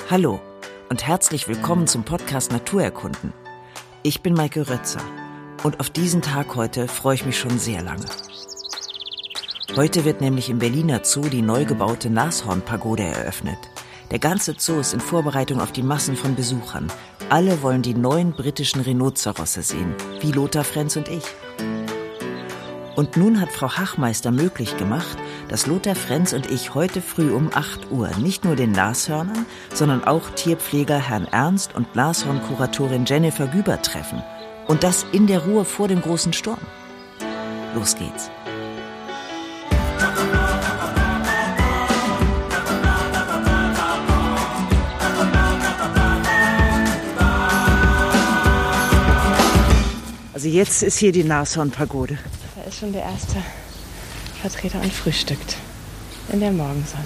Hallo und herzlich willkommen zum Podcast Naturerkunden. Ich bin Maike Rötzer und auf diesen Tag heute freue ich mich schon sehr lange. Heute wird nämlich im Berliner Zoo die neu gebaute Nashornpagode eröffnet. Der ganze Zoo ist in Vorbereitung auf die Massen von Besuchern. Alle wollen die neuen britischen Rhinozerosse sehen, wie Lothar Frenz und ich. Und nun hat Frau Hachmeister möglich gemacht, dass Lothar Frenz und ich heute früh um 8 Uhr nicht nur den Nashörnern, sondern auch Tierpfleger Herrn Ernst und Nashornkuratorin Jennifer Güber treffen. Und das in der Ruhe vor dem großen Sturm. Los geht's. Also jetzt ist hier die Nashornpagode. Da ist schon der erste Vertreter und frühstückt in der Morgensonne.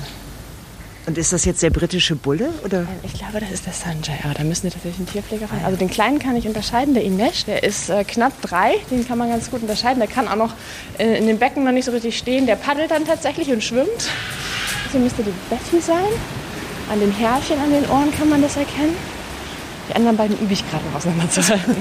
Und ist das jetzt der britische Bulle, oder? Ich glaube, das ist der Sanjay, aber da müssen wir tatsächlich einen Tierpfleger finden. Also den kleinen kann ich unterscheiden, der Inesh, der ist knapp 3, den kann man ganz gut unterscheiden. Der kann auch noch in dem Becken noch nicht so richtig stehen, der paddelt dann tatsächlich und schwimmt. Hier müsste die Betty sein. An den Härchen, an den Ohren kann man das erkennen. Die anderen beiden übe ich gerade noch auseinanderzuhalten.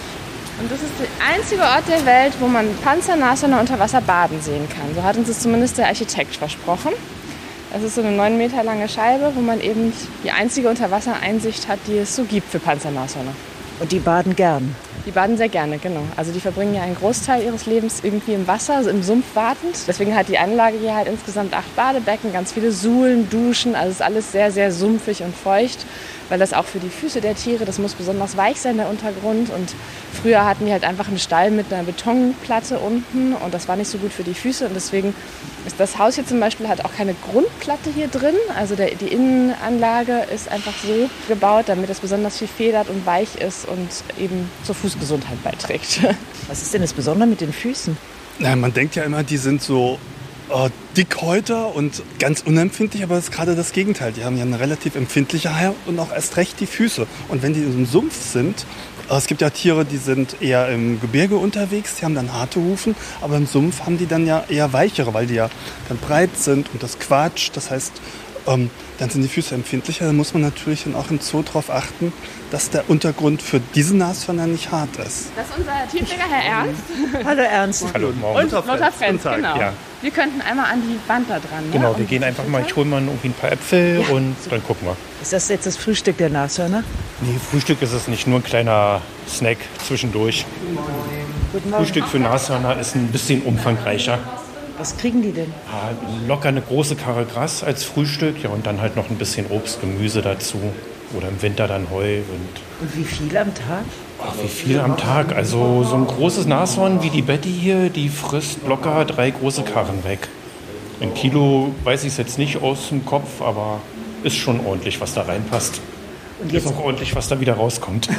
Und das ist der einzige Ort der Welt, wo man Panzernashörner unter Wasser baden sehen kann. So hat uns das zumindest der Architekt versprochen. Das ist so eine 9 Meter lange Scheibe, wo man eben die einzige Unterwassereinsicht hat, die es so gibt für Panzernashörner. Und die baden gern? Die baden sehr gerne, genau. Also die verbringen ja einen Großteil ihres Lebens irgendwie im Wasser, also im Sumpf wartend. Deswegen hat die Anlage hier halt insgesamt 8 Badebecken, ganz viele Suhlen, Duschen. Also es ist alles sehr, sehr sumpfig und feucht, weil das auch für die Füße der Tiere, das muss besonders weich sein, der Untergrund. Und früher hatten die halt einfach einen Stall mit einer Betonplatte unten und das war nicht so gut für die Füße. Und deswegen ist das Haus hier zum Beispiel hat auch keine Grundplatte hier drin. Also die Innenanlage ist einfach so gebaut, damit es besonders viel federt und weich ist und eben zur Fußgesundheit beiträgt. Was ist denn das Besondere mit den Füßen? Na, man denkt ja immer, die sind so Dickhäuter und ganz unempfindlich, aber das ist gerade das Gegenteil. Die haben ja eine relativ empfindliche Haut und auch erst recht die Füße. Und wenn die im Sumpf sind, es gibt ja Tiere, die sind eher im Gebirge unterwegs, die haben dann harte Hufen, aber im Sumpf haben die dann ja eher weichere, weil die ja dann breit sind und das quatscht. Das heißt, dann sind die Füße empfindlicher. Da muss man natürlich dann auch im Zoo darauf achten, dass der Untergrund für diese Nashörner nicht hart ist. Das ist unser Tierpfleger, Herr Ernst. Hallo Ernst. Hallo, morgen. Und Lothar Frenz, genau. Ja. Wir könnten einmal an die Wand da dran. Genau, ne? wir gehen einfach mal, ich hole mal irgendwie ein paar Äpfel und dann gucken wir. Ist das jetzt das Frühstück der Nashörner? Nee, Frühstück ist es nicht, nur ein kleiner Snack zwischendurch. Guten Morgen. Frühstück für Nashörner ist ein bisschen umfangreicher. Was kriegen die denn? Ja, locker eine große Karre Gras als Frühstück, ja, und dann halt noch ein bisschen Obst, Gemüse dazu. Oder im Winter dann Heu. Und wie viel am Tag? Ach, wie viel am Tag? Also so ein großes Nashorn wie die Betty hier, die frisst locker 3 große Karren weg. Ein Kilo weiß ich es jetzt nicht aus dem Kopf, aber ist schon ordentlich, was da reinpasst. Und jetzt ist auch ordentlich, was da wieder rauskommt.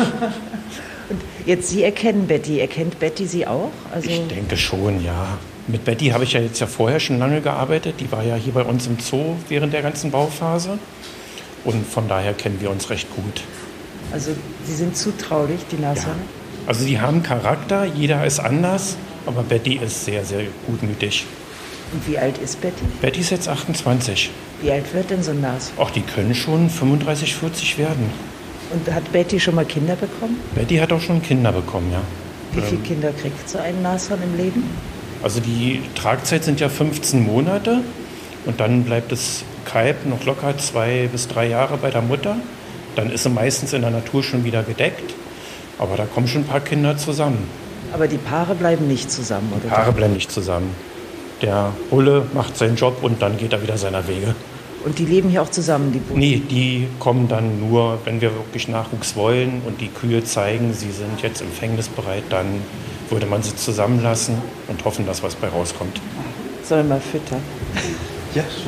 Und jetzt Sie erkennen Betty. Erkennt Betty Sie auch? Also Ich denke schon, ja. Mit Betty habe ich ja jetzt vorher schon lange gearbeitet. Die war ja hier bei uns im Zoo während der ganzen Bauphase. Und von daher kennen wir uns recht gut. Also Sie sind zutraulich, die Nashörner? Ja. Also die haben Charakter, jeder ist anders, aber Betty ist sehr, sehr gutmütig. Und wie alt ist Betty? Betty ist jetzt 28. Wie alt wird denn so ein Nashorn? Ach, die können schon 35, 40 werden. Und hat Betty schon mal Kinder bekommen? Betty hat auch schon Kinder bekommen, ja. Wie viele Kinder kriegt so ein Nashorn im Leben? Also die Tragzeit sind ja 15 Monate und dann bleibt das Kalb noch locker 2 bis 3 Jahre bei der Mutter. Dann ist sie meistens in der Natur schon wieder gedeckt. Aber da kommen schon ein paar Kinder zusammen. Aber die Paare bleiben nicht zusammen, oder? Die Paare bleiben nicht zusammen. Der Bulle macht seinen Job und dann geht er wieder seiner Wege. Und die leben hier auch zusammen, die Bullen? Nee, die kommen dann nur, wenn wir wirklich Nachwuchs wollen und die Kühe zeigen, sie sind jetzt empfängnisbereit, dann würde man sie zusammenlassen und hoffen, dass was bei rauskommt. Sollen wir füttern? Ja, schön.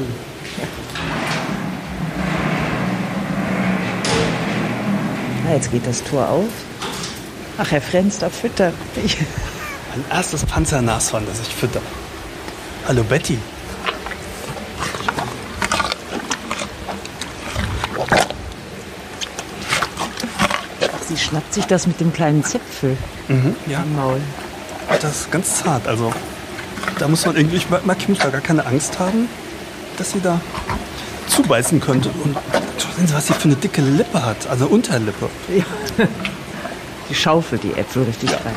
Na, jetzt geht das Tor auf. Ach, Herr Frenz, da füttern. Mein erstes Panzernashorn, das ich fütter. Hallo Betty. Ach, sie schnappt sich das mit dem kleinen Zipfel Ja, im Maul. das ist ganz zart. Also da muss man irgendwie, ich muss da gar keine Angst haben, dass sie da zubeißen könnte. Und Sehen Sie, was sie für eine dicke Lippe hat, also Unterlippe. Ja. Die schaufelt die Äpfel richtig rein.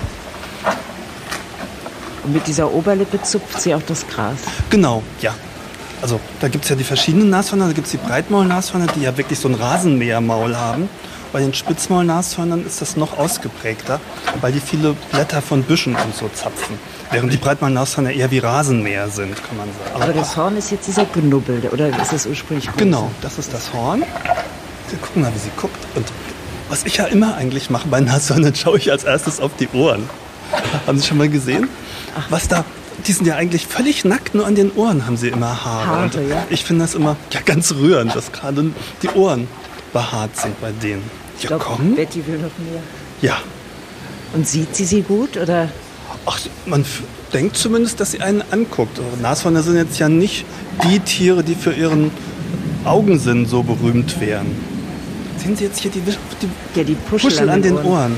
Und mit dieser Oberlippe zupft sie auch das Gras. Genau, ja. Also da gibt es ja die verschiedenen Nashörner. Da gibt es die Breitmaul-Nashörner, die ja wirklich so ein Rasenmähermaul haben. Bei den Spitzmaul-Nashörnern ist das noch ausgeprägter, weil die viele Blätter von Büschen und so zapfen. Während die Breitmaul-Nashörner eher wie Rasenmäher sind, kann man sagen. Aber das Horn ist jetzt dieser Knubbel, oder ist das ursprünglich groß? Genau, das ist das Horn. Sie gucken mal, wie sie guckt. Und was ich ja immer eigentlich mache bei Nashörnern, schaue ich als erstes auf die Ohren. Haben Sie schon mal gesehen? Was da, die sind ja eigentlich völlig nackt, nur an den Ohren haben sie immer Haare. Und ja. ich finde das immer ganz rührend, dass gerade die Ohren behaart sind bei denen. Ich glaube, Betty will noch mehr. Ja. Und sieht sie gut, oder? Ach, man denkt zumindest, dass sie einen anguckt. Nashörner sind jetzt ja nicht die Tiere, die für ihren Augensinn so berühmt wären. Sehen Sie jetzt hier die Puschel an den Ohren.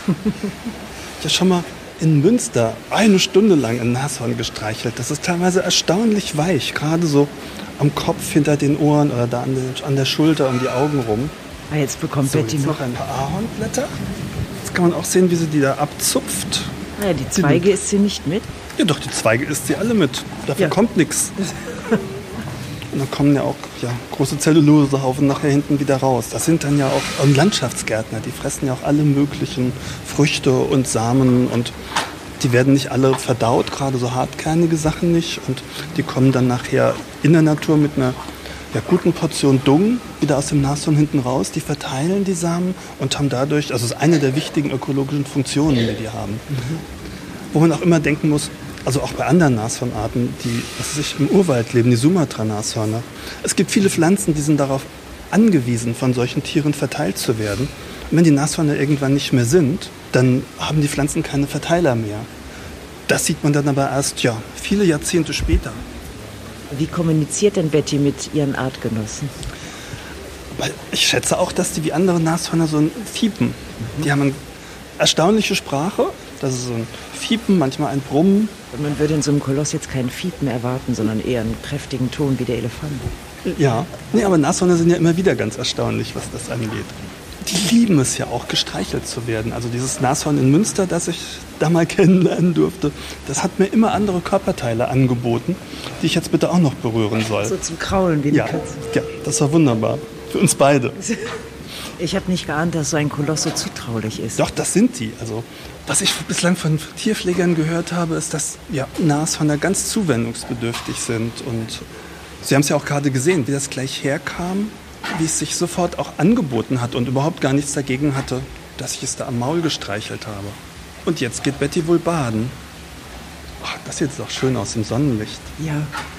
Ich habe schon mal in Münster 1 Stunde lang ein Nashorn gestreichelt. Das ist teilweise erstaunlich weich, gerade so am Kopf, hinter den Ohren oder da an der Schulter, um die Augen rum. Ah, jetzt bekommt Betty noch ein paar Ahornblätter. Jetzt kann man auch sehen, wie sie die da abzupft. Ja, die Zweige isst sie nicht mit? Ja doch, die Zweige isst sie alle mit. Dafür kommt nichts. Und dann kommen ja auch große Zellulosehaufen nachher hinten wieder raus. Das sind dann ja auch Landschaftsgärtner, die fressen ja auch alle möglichen Früchte und Samen und die werden nicht alle verdaut, gerade so hartkernige Sachen nicht. Und die kommen dann nachher in der Natur mit einer guten Portion Dung wieder aus dem Nashorn hinten raus. Die verteilen die Samen und haben dadurch, also es ist eine der wichtigen ökologischen Funktionen, die haben. Wo man auch immer denken muss, also auch bei anderen Nashornarten, die im Urwald leben, die Sumatra-Nashörner. Es gibt viele Pflanzen, die sind darauf angewiesen, von solchen Tieren verteilt zu werden. Und wenn die Nashörner irgendwann nicht mehr sind, dann haben die Pflanzen keine Verteiler mehr. Das sieht man dann aber erst viele Jahrzehnte später. Wie kommuniziert denn Betty mit ihren Artgenossen? Weil ich schätze auch, dass die wie andere Nashörner so ein Fiepen. Die haben eine erstaunliche Sprache. Das ist so ein Fiepen, manchmal ein Brummen. Und man würde in so einem Koloss jetzt keinen Fiepen erwarten, sondern eher einen kräftigen Ton wie der Elefant. Ja, aber Nashörner sind ja immer wieder ganz erstaunlich, was das angeht. Die lieben es ja auch, gestreichelt zu werden. Also dieses Nashorn in Münster, das ich da mal kennenlernen durfte, das hat mir immer andere Körperteile angeboten, die ich jetzt bitte auch noch berühren soll. So zum Kraulen wie die Katze. Ja, das war wunderbar. Für uns beide. Ich habe nicht geahnt, dass so ein Koloss so zutraulich ist. Doch, das sind die. Also, was ich bislang von Tierpflegern gehört habe, ist, dass Nashörner ganz zuwendungsbedürftig sind. Und Sie haben es ja auch gerade gesehen, wie das gleich herkam, wie es sich sofort auch angeboten hat und überhaupt gar nichts dagegen hatte, dass ich es da am Maul gestreichelt habe. Und jetzt geht Betty wohl baden. Ach, das sieht doch schön aus im Sonnenlicht. Ja.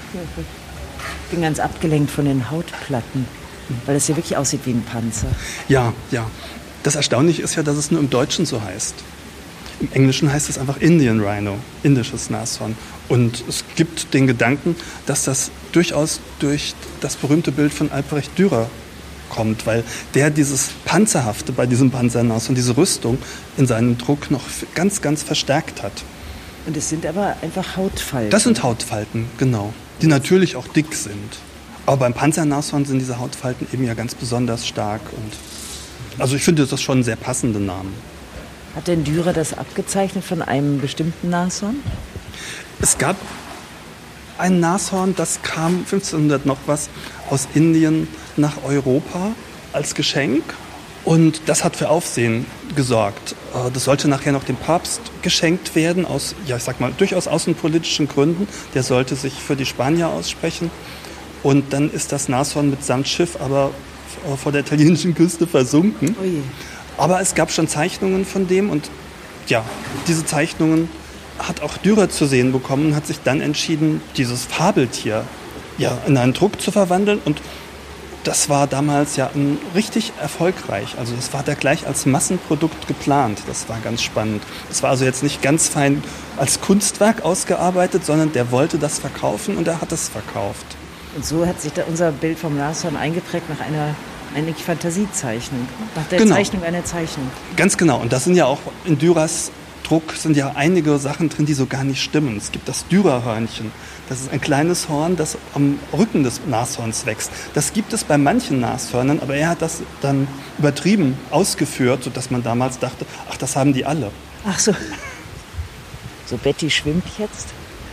Ich bin ganz abgelenkt von den Hautplatten, weil es hier wirklich aussieht wie ein Panzer. Ja. Das Erstaunliche ist ja, dass es nur im Deutschen so heißt. Im Englischen heißt es einfach Indian Rhino, indisches Nashorn. Und es gibt den Gedanken, dass das durchaus durch das berühmte Bild von Albrecht Dürer kommt, weil der dieses Panzerhafte bei diesem Panzernashorn, diese Rüstung in seinem Druck noch ganz, ganz verstärkt hat. Und es sind aber einfach Hautfalten. Das sind Hautfalten, genau, die natürlich auch dick sind. Aber beim Panzernashorn sind diese Hautfalten eben ja ganz besonders stark. Und also ich finde das schon sehr passende Namen. Hat denn Dürer das abgezeichnet von einem bestimmten Nashorn? Es gab ein Nashorn, das kam 1500 noch was aus Indien nach Europa als Geschenk. Und das hat für Aufsehen gesorgt. Das sollte nachher noch dem Papst geschenkt werden, aus, durchaus außenpolitischen Gründen. Der sollte sich für die Spanier aussprechen. Und dann ist das Nashorn mitsamt Schiff aber vor der italienischen Küste versunken. Ui. Aber es gab schon Zeichnungen von dem und diese Zeichnungen hat auch Dürer zu sehen bekommen und hat sich dann entschieden, dieses Fabeltier in einen Druck zu verwandeln. Und das war damals richtig erfolgreich. Also das war da gleich als Massenprodukt geplant. Das war ganz spannend. Es war also jetzt nicht ganz fein als Kunstwerk ausgearbeitet, sondern der wollte das verkaufen und er hat es verkauft. Und so hat sich da unser Bild vom Nashorn eingeprägt nach einer Fantasiezeichnung, nach der Zeichnung einer Zeichnung. Ganz genau. Und das sind ja auch in Dürers Struck sind ja einige Sachen drin, die so gar nicht stimmen. Es gibt das Dürerhörnchen. Das ist ein kleines Horn, das am Rücken des Nashorns wächst. Das gibt es bei manchen Nashörnern, aber er hat das dann übertrieben ausgeführt, sodass man damals dachte, ach, das haben die alle. Ach so. So, Betty schwimmt jetzt.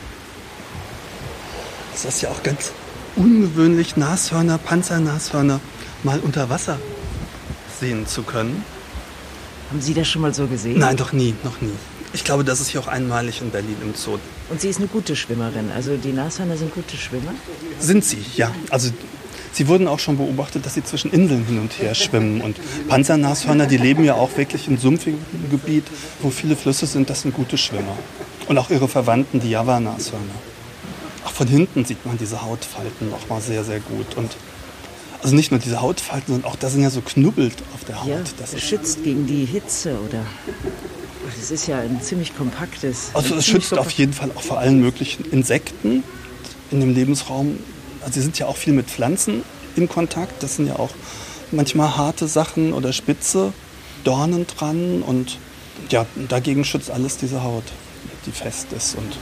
Das ist ja auch ganz ungewöhnlich, Nashörner, Panzernashörner mal unter Wasser sehen zu können. Haben Sie das schon mal so gesehen? Nein, noch nie. Ich glaube, das ist hier auch einmalig in Berlin im Zoo. Und sie ist eine gute Schwimmerin, also die Nashörner sind gute Schwimmer? Sind sie, ja. Also sie wurden auch schon beobachtet, dass sie zwischen Inseln hin und her schwimmen. Und Panzernashörner, die leben ja auch wirklich im sumpfigen Gebiet, wo viele Flüsse sind, das sind gute Schwimmer. Und auch ihre Verwandten, die Java-Nashörner. Auch von hinten sieht man diese Hautfalten noch mal sehr, sehr gut. Und also nicht nur diese Hautfalten, sondern auch da sind ja so Knubbel auf der Haut. Ja, das schützt gegen die Hitze, oder? Das ist ja ein ziemlich kompaktes... Also es schützt auf jeden Fall auch vor allen möglichen Insekten in dem Lebensraum. Also sie sind ja auch viel mit Pflanzen in Kontakt. Das sind ja auch manchmal harte Sachen oder spitze Dornen dran. Und ja, dagegen schützt alles diese Haut, die fest ist. Und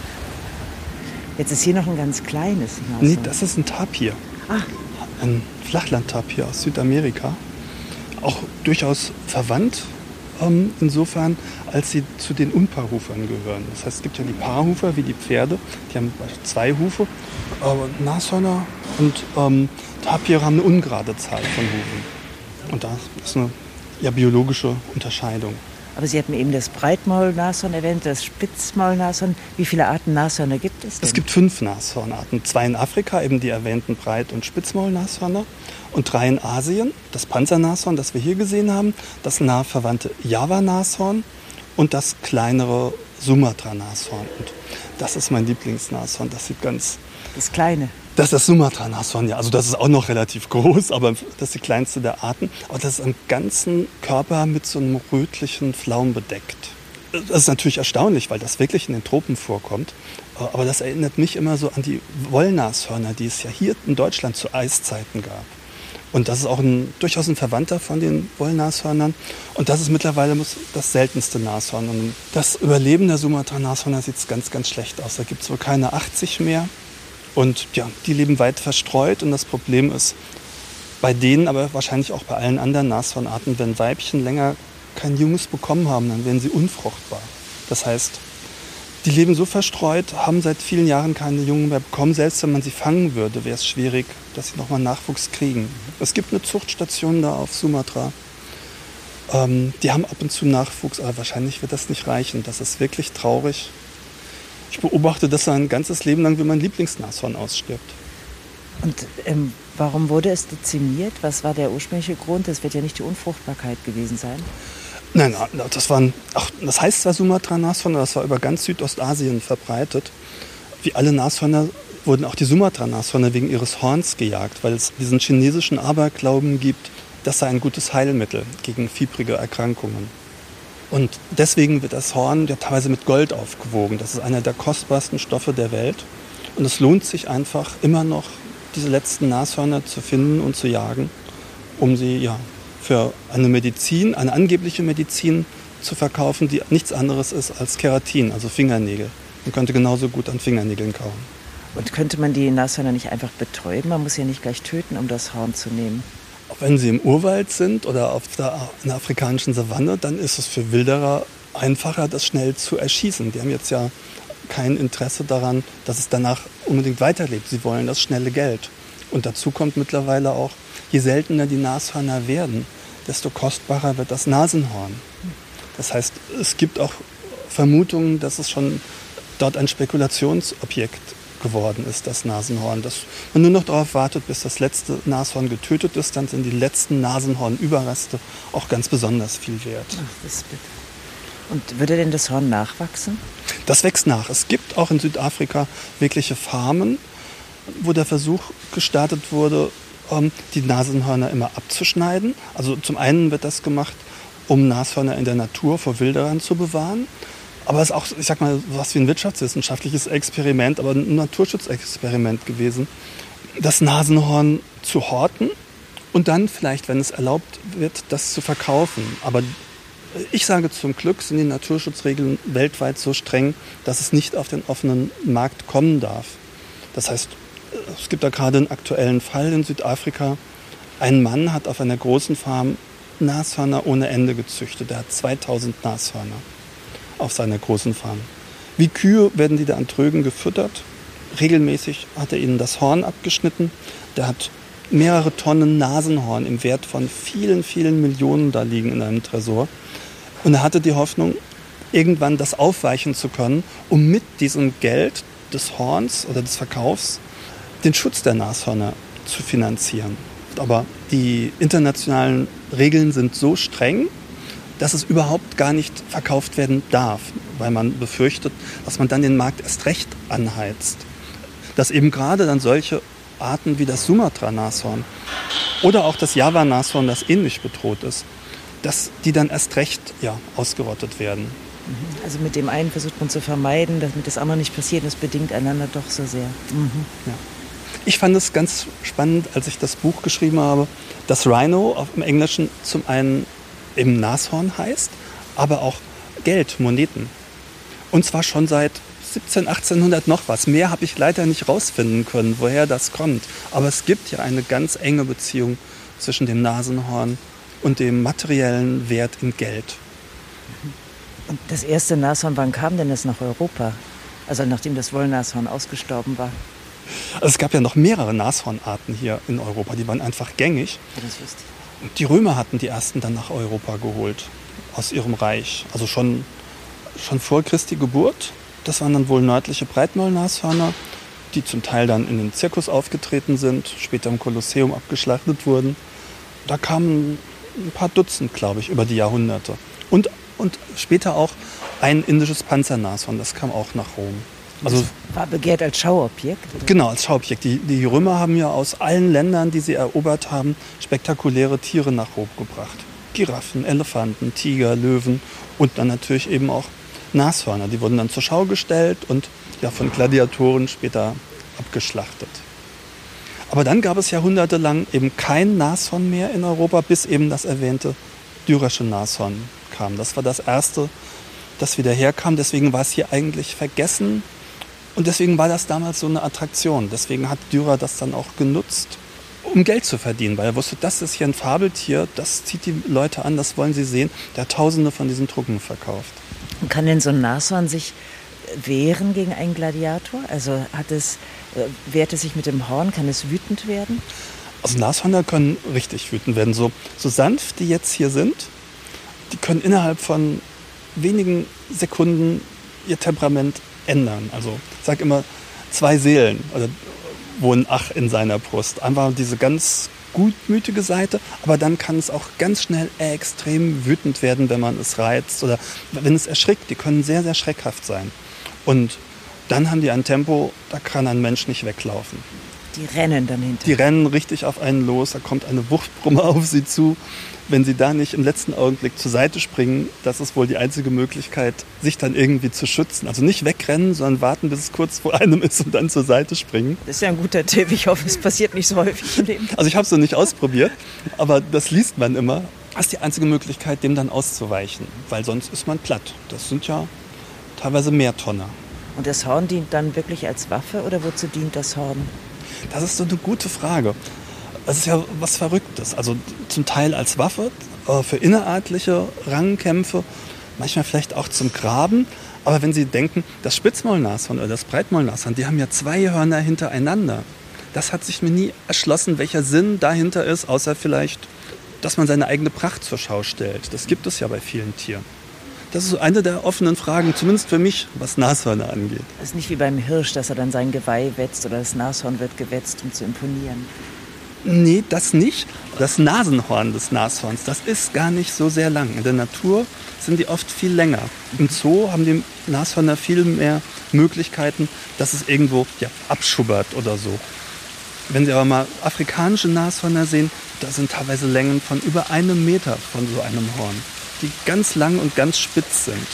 jetzt ist hier noch ein ganz kleines Nashorn. nee, das ist ein Tapir. Ah. Ein Flachlandtapir aus Südamerika. Auch durchaus verwandt. Insofern, als sie zu den Unpaarhufern gehören. Das heißt, es gibt ja die Paarhufer wie die Pferde, die haben 2 Hufe. Aber Nashörner und Tapire haben eine ungerade Zahl von Hufen. Und da ist eine biologische Unterscheidung. Aber Sie hatten eben das Breitmaulnashorn erwähnt, das Spitzmaulnashorn. Wie viele Arten Nashörner gibt es denn? Es gibt 5 Nashornarten. 2 in Afrika, eben die erwähnten Breit- und Spitzmaulnashörner. Und 3 in Asien. Das Panzernashorn, das wir hier gesehen haben. Das nah verwandte Java-Nashorn. Und das kleinere Sumatra-Nashorn. Und das ist mein Lieblingsnashorn. Das sieht ganz... Das kleine? Das ist das Sumatra-Nashorn, ja. Also das ist auch noch relativ groß, aber das ist die kleinste der Arten. Aber das ist am ganzen Körper mit so einem rötlichen Flaum bedeckt. Das ist natürlich erstaunlich, weil das wirklich in den Tropen vorkommt. Aber das erinnert mich immer so an die Wollnashörner, die es ja hier in Deutschland zu Eiszeiten gab. Und das ist auch durchaus ein Verwandter von den Wollnashörnern. Und das ist mittlerweile das seltenste Nashorn. Und das Überleben der Sumatra-Nashörner sieht ganz, ganz schlecht aus. Da gibt es wohl keine 80 mehr. Und ja, die leben weit verstreut. Und das Problem ist bei denen, aber wahrscheinlich auch bei allen anderen Nashornarten, wenn Weibchen länger kein Junges bekommen haben, dann werden sie unfruchtbar. Das heißt, die leben so verstreut, haben seit vielen Jahren keine Jungen mehr bekommen. Selbst wenn man sie fangen würde, wäre es schwierig, dass sie nochmal Nachwuchs kriegen. Es gibt eine Zuchtstation da auf Sumatra. Die haben ab und zu Nachwuchs, aber wahrscheinlich wird das nicht reichen. Das ist wirklich traurig. Ich beobachte das ein ganzes Leben lang, wie mein Lieblingsnashorn ausstirbt. Und warum wurde es dezimiert? Was war der ursprüngliche Grund? Das wird ja nicht die Unfruchtbarkeit gewesen sein. Nein, das heißt zwar Sumatra-Nashorn, aber das war über ganz Südostasien verbreitet. Wie alle Nashörner wurden auch die Sumatra-Nashörner wegen ihres Horns gejagt, weil es diesen chinesischen Aberglauben gibt, das sei ein gutes Heilmittel gegen fiebrige Erkrankungen. Und deswegen wird das Horn ja teilweise mit Gold aufgewogen. Das ist einer der kostbarsten Stoffe der Welt. Und es lohnt sich einfach immer noch, diese letzten Nashörner zu finden und zu jagen, um sie für eine Medizin, eine angebliche Medizin zu verkaufen, die nichts anderes ist als Keratin, also Fingernägel. Man könnte genauso gut an Fingernägeln kauen. Und könnte man die Nashörner nicht einfach betäuben? Man muss ja nicht gleich töten, um das Horn zu nehmen. Auch wenn sie im Urwald sind oder in der afrikanischen Savanne, dann ist es für Wilderer einfacher, das schnell zu erschießen. Die haben jetzt ja kein Interesse daran, dass es danach unbedingt weiterlebt. Sie wollen das schnelle Geld. Und dazu kommt mittlerweile auch, je seltener die Nashörner werden, desto kostbarer wird das Nasenhorn. Das heißt, es gibt auch Vermutungen, dass es schon dort ein Spekulationsobjekt geworden ist, das Nasenhorn. Dass man nur noch darauf wartet, bis das letzte Nashorn getötet ist, dann sind die letzten Nasenhornüberreste auch ganz besonders viel wert. Ach, das ist bitter. Und würde denn das Horn nachwachsen? Das wächst nach. Es gibt auch in Südafrika wirkliche Farmen, wo der Versuch gestartet wurde, die Nasenhörner immer abzuschneiden. Also zum einen wird das gemacht, um Nashörner in der Natur vor Wilderern zu bewahren. Aber es ist auch, ich sag mal, was wie ein wirtschaftswissenschaftliches Experiment, aber ein Naturschutzexperiment gewesen, das Nasenhorn zu horten und dann vielleicht, wenn es erlaubt wird, das zu verkaufen. Aber Ich sage, zum Glück sind die Naturschutzregeln weltweit so streng, dass es nicht auf den offenen Markt kommen darf. Das heißt, es gibt da gerade einen aktuellen Fall in Südafrika. Ein Mann hat auf einer großen Farm Nashörner ohne Ende gezüchtet. Er hat 2000 Nashörner auf seiner großen Farm. Wie Kühe werden die da an Trögen gefüttert. Regelmäßig hat er ihnen das Horn abgeschnitten. Der hat mehrere Tonnen Nasenhorn im Wert von vielen, vielen Millionen da liegen in einem Tresor. Und er hatte die Hoffnung, irgendwann das aufweichen zu können, um mit diesem Geld des Horns oder des Verkaufs den Schutz der Nashörner zu finanzieren. Aber die internationalen Regeln sind so streng, dass es überhaupt gar nicht verkauft werden darf, weil man befürchtet, dass man dann den Markt erst recht anheizt. Dass eben gerade dann solche Arten wie das Sumatra-Nashorn oder auch das Java-Nashorn, das ähnlich bedroht ist, dass die dann erst recht ausgerottet werden. Also mit dem einen versucht man zu vermeiden, damit das andere nicht passiert, das bedingt einander doch so sehr. Ja. Ich fand es ganz spannend, als ich das Buch geschrieben habe, dass Rhino im Englischen zum einen eben Nashorn heißt, aber auch Geld, Moneten. Und zwar schon seit 1800 noch was. Mehr habe ich leider nicht rausfinden können, woher das kommt. Aber es gibt ja eine ganz enge Beziehung zwischen dem Nasenhorn und dem materiellen Wert in Geld. Und das erste Nashorn, wann kam denn das nach Europa? Also nachdem das Wollnashorn ausgestorben war? Also es gab ja noch mehrere Nashornarten hier in Europa, die waren einfach gängig. Ja, das wusste ich. Und die Römer hatten die ersten dann nach Europa geholt, aus ihrem Reich. Also schon vor Christi Geburt. Das waren dann wohl nördliche Breitmaulnashörner, die zum Teil dann in den Zirkus aufgetreten sind, später im Kolosseum abgeschlachtet wurden. Da kamen ein paar Dutzend, glaube ich, über die Jahrhunderte. Und später auch ein indisches Panzernashorn, das kam auch nach Rom. Also, das war begehrt als Schauobjekt? Oder? Genau, als Schauobjekt. Die Römer haben ja aus allen Ländern, die sie erobert haben, spektakuläre Tiere nach Rom gebracht. Giraffen, Elefanten, Tiger, Löwen und dann natürlich eben auch Nashörner. Die wurden dann zur Schau gestellt und von Gladiatoren später abgeschlachtet. Aber dann gab es jahrhundertelang eben kein Nashorn mehr in Europa, bis eben das erwähnte Dürersche Nashorn kam. Das war das erste, das wieder herkam. Deswegen war es hier eigentlich vergessen und deswegen war das damals so eine Attraktion. Deswegen hat Dürer das dann auch genutzt, um Geld zu verdienen, weil er wusste, das ist hier ein Fabeltier, das zieht die Leute an, das wollen sie sehen. Der hat Tausende von diesen Drucken verkauft. Und kann denn so ein Nashorn sich wehren gegen einen Gladiator? Also wehrt es sich mit dem Horn? Kann es wütend werden? Also Nashörner können richtig wütend werden. So sanft die jetzt hier sind, die können innerhalb von wenigen Sekunden ihr Temperament ändern. Also ich sage immer, 2 Seelen wohnen in seiner Brust. Einfach diese ganz gutmütige Seite, aber dann kann es auch ganz schnell extrem wütend werden, wenn man es reizt oder wenn es erschrickt. Die können sehr, sehr schreckhaft sein. Und dann haben die ein Tempo, da kann ein Mensch nicht weglaufen. Die rennen dann hinterher. Die rennen richtig auf einen los, da kommt eine Wuchtbrumme auf sie zu. Wenn sie da nicht im letzten Augenblick zur Seite springen, das ist wohl die einzige Möglichkeit, sich dann irgendwie zu schützen. Also nicht wegrennen, sondern warten, bis es kurz vor einem ist und dann zur Seite springen. Das ist ja ein guter Tipp. Ich hoffe, es passiert nicht so häufig im Leben. Also ich habe es noch nicht ausprobiert, aber das liest man immer. Das ist die einzige Möglichkeit, dem dann auszuweichen, weil sonst ist man platt. Das sind ja teilweise Mehrtonner. Und das Horn dient dann wirklich als Waffe oder wozu dient das Horn? Das ist so eine gute Frage. Das ist ja was Verrücktes. Also zum Teil als Waffe, für innerartliche Rangkämpfe, manchmal vielleicht auch zum Graben. Aber wenn Sie denken, das Spitzmaulnashorn oder das Breitmaulnashorn, die haben ja 2 Hörner hintereinander. Das hat sich mir nie erschlossen, welcher Sinn dahinter ist, außer vielleicht, dass man seine eigene Pracht zur Schau stellt. Das gibt es ja bei vielen Tieren. Das ist so eine der offenen Fragen, zumindest für mich, was Nashörner angeht. Das ist nicht wie beim Hirsch, dass er dann sein Geweih wetzt oder das Nashorn wird gewetzt, um zu imponieren. Nee, das nicht. Das Nasenhorn des Nashorns, das ist gar nicht so sehr lang. In der Natur sind die oft viel länger. Im Zoo haben die Nashörner viel mehr Möglichkeiten, dass es irgendwo abschubbert oder so. Wenn Sie aber mal afrikanische Nashörner sehen, da sind teilweise Längen von über 1 Meter von so einem Horn, die ganz lang und ganz spitz sind.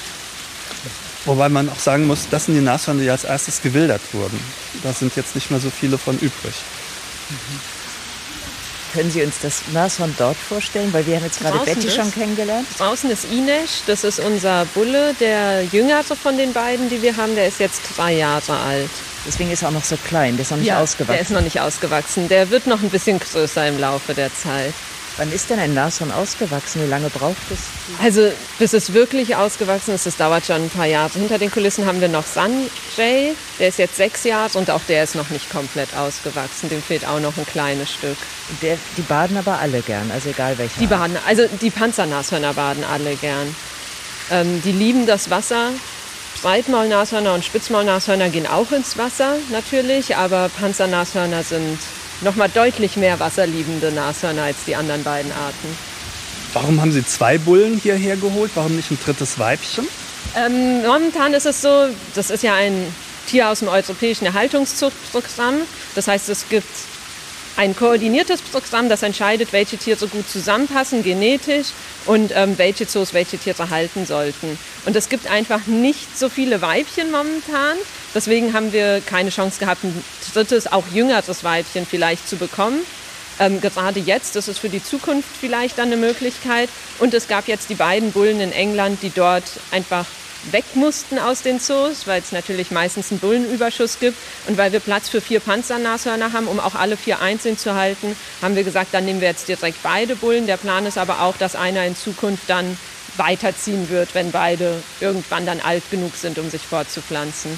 Wobei man auch sagen muss, das sind die Nashörner, die als erstes gewildert wurden. Da sind jetzt nicht mehr so viele von übrig. Können Sie uns das Nashorn dort vorstellen? Weil wir haben jetzt gerade Betty schon kennengelernt. Draußen ist Inesh, das ist unser Bulle, der jüngere von den beiden, die wir haben. Der ist jetzt 3 Jahre alt. Deswegen ist er auch noch so klein, der ist noch nicht ausgewachsen. Der ist noch nicht ausgewachsen. Der wird noch ein bisschen größer im Laufe der Zeit. Wann ist denn ein Nashorn ausgewachsen? Wie lange braucht es? Also bis es wirklich ausgewachsen ist, das dauert schon ein paar Jahre. Hinter den Kulissen haben wir noch Sanjay, der ist jetzt 6 Jahre und auch der ist noch nicht komplett ausgewachsen. Dem fehlt auch noch ein kleines Stück. Die baden aber alle gern, also egal welcher. Die Panzernashörner baden alle gern. Die lieben das Wasser. Breitmaulnashörner und Spitzmaulnashörner gehen auch ins Wasser natürlich, aber Panzernashörner sind nochmal deutlich mehr wasserliebende Nashörner als die anderen beiden Arten. Warum haben Sie 2 Bullen hierher geholt? Warum nicht ein 3. Weibchen? Momentan ist es so, das ist ja ein Tier aus dem europäischen Erhaltungszuchtprogramm. Das heißt, es gibt ein koordiniertes Programm, das entscheidet, welche Tiere gut zusammenpassen, genetisch, und welche Zoos welche Tiere halten sollten. Und es gibt einfach nicht so viele Weibchen momentan. Deswegen haben wir keine Chance gehabt, ein 3., auch jüngeres Weibchen vielleicht zu bekommen. Gerade jetzt, das ist für die Zukunft vielleicht dann eine Möglichkeit. Und es gab jetzt die beiden Bullen in England, die dort einfach weg mussten aus den Zoos, weil es natürlich meistens einen Bullenüberschuss gibt. Und weil wir Platz für 4 Panzernashörner haben, um auch alle 4 einzeln zu halten, haben wir gesagt, dann nehmen wir jetzt direkt beide Bullen. Der Plan ist aber auch, dass einer in Zukunft dann weiterziehen wird, wenn beide irgendwann dann alt genug sind, um sich fortzupflanzen.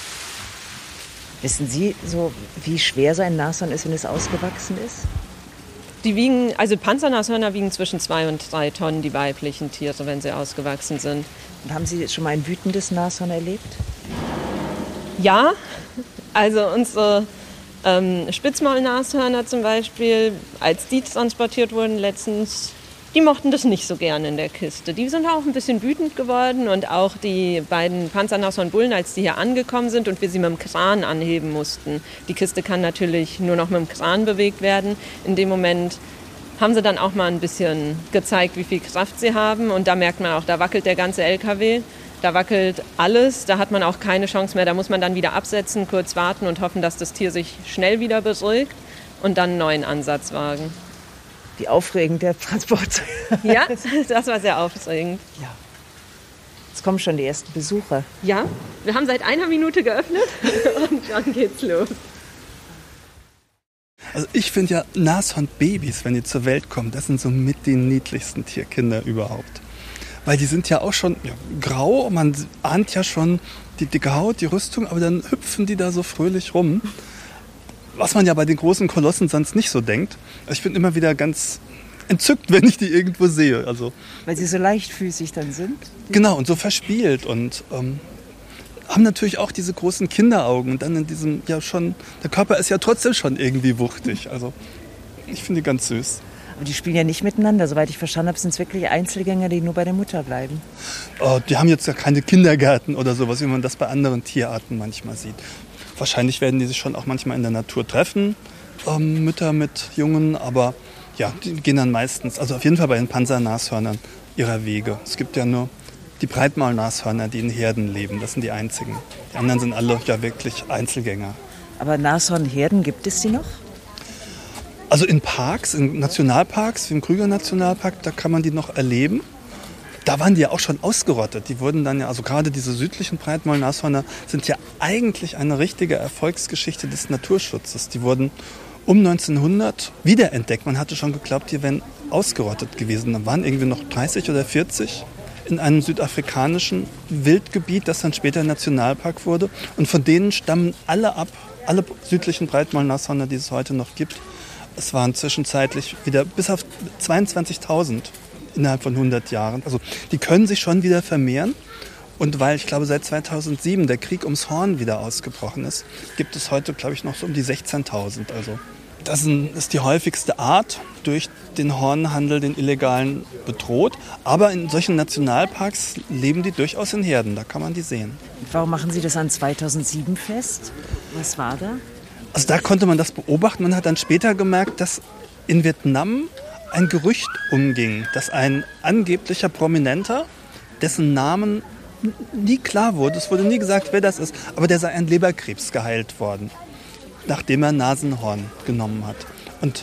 Wissen Sie so, wie schwer so ein Nashorn ist, wenn es ausgewachsen ist? Panzernashörner wiegen zwischen 2 und 3 Tonnen, die weiblichen Tiere, wenn sie ausgewachsen sind. Und haben Sie schon mal ein wütendes Nashorn erlebt? Ja, also unsere Spitzmaulnashörner zum Beispiel, als die transportiert wurden letztens, die mochten das nicht so gerne in der Kiste. Die sind auch ein bisschen wütend geworden, und auch die beiden Panzernashornbullen, als die hier angekommen sind und wir sie mit dem Kran anheben mussten. Die Kiste kann natürlich nur noch mit dem Kran bewegt werden. In dem Moment haben sie dann auch mal ein bisschen gezeigt, wie viel Kraft sie haben, und da merkt man auch, da wackelt der ganze LKW. Da wackelt alles, da hat man auch keine Chance mehr. Da muss man dann wieder absetzen, kurz warten und hoffen, dass das Tier sich schnell wieder beruhigt und dann einen neuen Ansatz wagen. Wie aufregend der Transport. Ja, das war sehr aufregend. Ja. Jetzt kommen schon die ersten Besucher. Ja, wir haben seit 1 Minute geöffnet und dann geht's los. Also ich finde ja Nashornbabys, wenn die zur Welt kommen, das sind so mit die niedlichsten Tierkinder überhaupt. Weil die sind ja auch schon grau, man ahnt ja schon die dicke Haut, die Rüstung, aber dann hüpfen die da so fröhlich rum. Was man ja bei den großen Kolossen sonst nicht so denkt. Ich bin immer wieder ganz entzückt, wenn ich die irgendwo sehe. Also, weil sie so leichtfüßig dann sind? Genau, und so verspielt. Und haben natürlich auch diese großen Kinderaugen. Und dann in diesem, ja schon, der Körper ist ja trotzdem schon irgendwie wuchtig. Also ich finde die ganz süß. Aber die spielen ja nicht miteinander. Soweit ich verstanden habe, sind es wirklich Einzelgänger, die nur bei der Mutter bleiben. Die haben jetzt ja keine Kindergärten oder sowas, wie man das bei anderen Tierarten manchmal sieht. Wahrscheinlich werden die sich schon auch manchmal in der Natur treffen, Mütter mit Jungen, aber ja, die gehen dann meistens, also auf jeden Fall bei den Panzernashörnern, ihrer Wege. Es gibt ja nur die Breitmaulnashörner, die in Herden leben, das sind die einzigen. Die anderen sind alle ja wirklich Einzelgänger. Aber Nashornherden, gibt es die noch? Also in Parks, in Nationalparks, wie im Krüger-Nationalpark, da kann man die noch erleben. Da waren die ja auch schon ausgerottet. Die wurden dann ja, also gerade diese südlichen Breitmaulnashörner sind ja eigentlich eine richtige Erfolgsgeschichte des Naturschutzes. Die wurden um 1900 wiederentdeckt. Man hatte schon geglaubt, die wären ausgerottet gewesen. Da waren irgendwie noch 30 oder 40 in einem südafrikanischen Wildgebiet, das dann später Nationalpark wurde. Und von denen stammen alle ab, alle südlichen Breitmaulnashörner, die es heute noch gibt. Es waren zwischenzeitlich wieder bis auf 22.000 innerhalb von 100 Jahren. Also die können sich schon wieder vermehren. Und weil, ich glaube, seit 2007 der Krieg ums Horn wieder ausgebrochen ist, gibt es heute, glaube ich, noch so um die 16.000. Also das ist die häufigste Art, durch den Hornhandel, den illegalen, bedroht. Aber in solchen Nationalparks leben die durchaus in Herden, da kann man die sehen. Warum machen Sie das an 2007 fest? Was war da? Also da konnte man das beobachten. Man hat dann später gemerkt, dass in Vietnam ein Gerücht umging, dass ein angeblicher Prominenter, dessen Namen nie klar wurde, es wurde nie gesagt, wer das ist, aber der sei an Leberkrebs geheilt worden, nachdem er Nasenhorn genommen hat. Und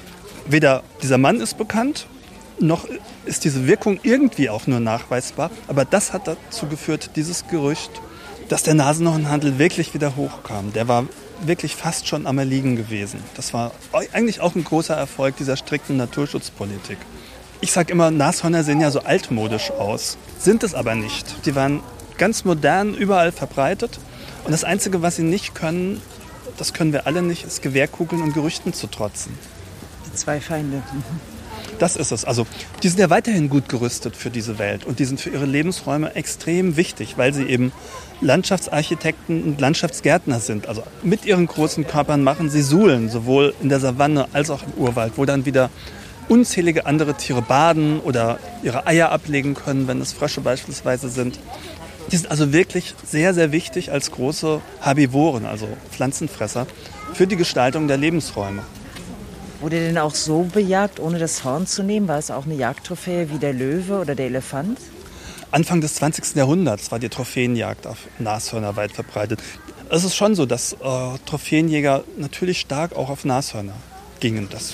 weder dieser Mann ist bekannt, noch ist diese Wirkung irgendwie auch nur nachweisbar. Aber das hat dazu geführt, dieses Gerücht, dass der Nasenhornhandel wirklich wieder hochkam. Der war wirklich fast schon am Erliegen gewesen. Das war eigentlich auch ein großer Erfolg dieser strikten Naturschutzpolitik. Ich sage immer, Nashörner sehen ja so altmodisch aus, sind es aber nicht. Die waren ganz modern, überall verbreitet. Und das Einzige, was sie nicht können, das können wir alle nicht, ist Gewehrkugeln und Gerüchten zu trotzen. Die zwei Feinde. Das ist es. Also die sind ja weiterhin gut gerüstet für diese Welt und die sind für ihre Lebensräume extrem wichtig, weil sie eben Landschaftsarchitekten und Landschaftsgärtner sind. Also mit ihren großen Körpern machen sie Suhlen, sowohl in der Savanne als auch im Urwald, wo dann wieder unzählige andere Tiere baden oder ihre Eier ablegen können, wenn es Frösche beispielsweise sind. Die sind also wirklich sehr, sehr wichtig als große Herbivoren, also Pflanzenfresser, für die Gestaltung der Lebensräume. Wurde denn auch so bejagt, ohne das Horn zu nehmen? War es auch eine Jagdtrophäe wie der Löwe oder der Elefant? Anfang des 20. Jahrhunderts war die Trophäenjagd auf Nashörner weit verbreitet. Es ist schon so, dass Trophäenjäger natürlich stark auch auf Nashörner gingen. Das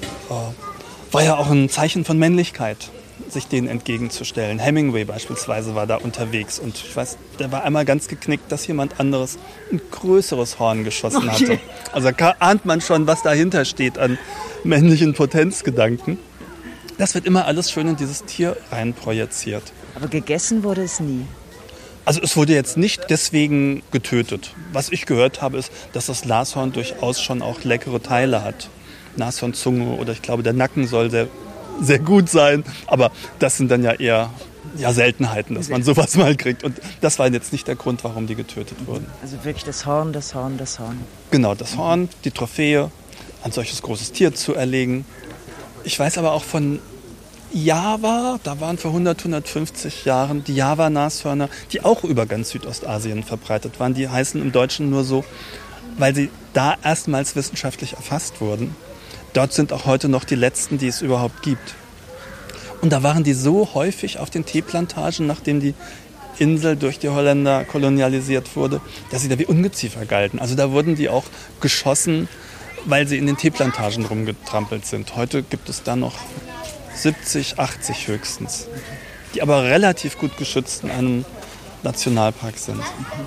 war ja auch ein Zeichen von Männlichkeit, sich denen entgegenzustellen. Hemingway beispielsweise war da unterwegs und ich weiß, der war einmal ganz geknickt, dass jemand anderes ein größeres Horn geschossen hatte. Also da ahnt man schon, was dahinter steht an männlichen Potenzgedanken. Das wird immer alles schön in dieses Tier rein projiziert. Aber gegessen wurde es nie. Also es wurde jetzt nicht deswegen getötet. Was ich gehört habe, ist, dass das Nashorn durchaus schon auch leckere Teile hat. Nashornzunge oder ich glaube, der Nacken soll sehr, sehr gut sein. Aber das sind dann ja eher Seltenheiten, dass man sowas mal kriegt. Und das war jetzt nicht der Grund, warum die getötet wurden. Also wirklich das Horn, das Horn, das Horn. Genau, das Horn, die Trophäe, ein solches großes Tier zu erlegen. Ich weiß aber auch von Java, da waren vor 100, 150 Jahren die Java-Nashörner, die auch über ganz Südostasien verbreitet waren. Die heißen im Deutschen nur so, weil sie da erstmals wissenschaftlich erfasst wurden. Dort sind auch heute noch die letzten, die es überhaupt gibt. Und da waren die so häufig auf den Teeplantagen, nachdem die Insel durch die Holländer kolonialisiert wurde, dass sie da wie Ungeziefer galten. Also da wurden die auch geschossen, weil sie in den Teeplantagen rumgetrampelt sind. Heute gibt es da noch 70, 80 höchstens, die aber relativ gut geschützt in einem Nationalpark sind.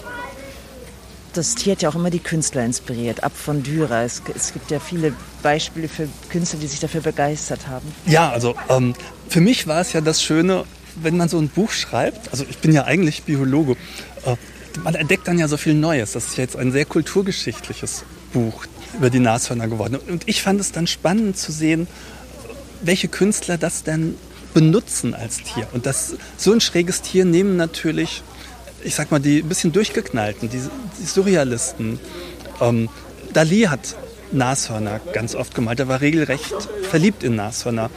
Das Tier hat ja auch immer die Künstler inspiriert, ab von Dürer. Es gibt ja viele Beispiele für Künstler, die sich dafür begeistert haben. Ja, also für mich war es ja das Schöne, wenn man so ein Buch schreibt, also ich bin ja eigentlich Biologe, man entdeckt dann ja so viel Neues. Das ist ja jetzt ein sehr kulturgeschichtliches Buch über die Nashörner geworden. Und ich fand es dann spannend zu sehen, welche Künstler das denn benutzen als Tier. Und das, so ein schräges Tier nehmen natürlich, ich sag mal, die ein bisschen durchgeknallten, die Surrealisten. Dalí hat Nashörner ganz oft gemalt. Er war regelrecht verliebt in Nashörner.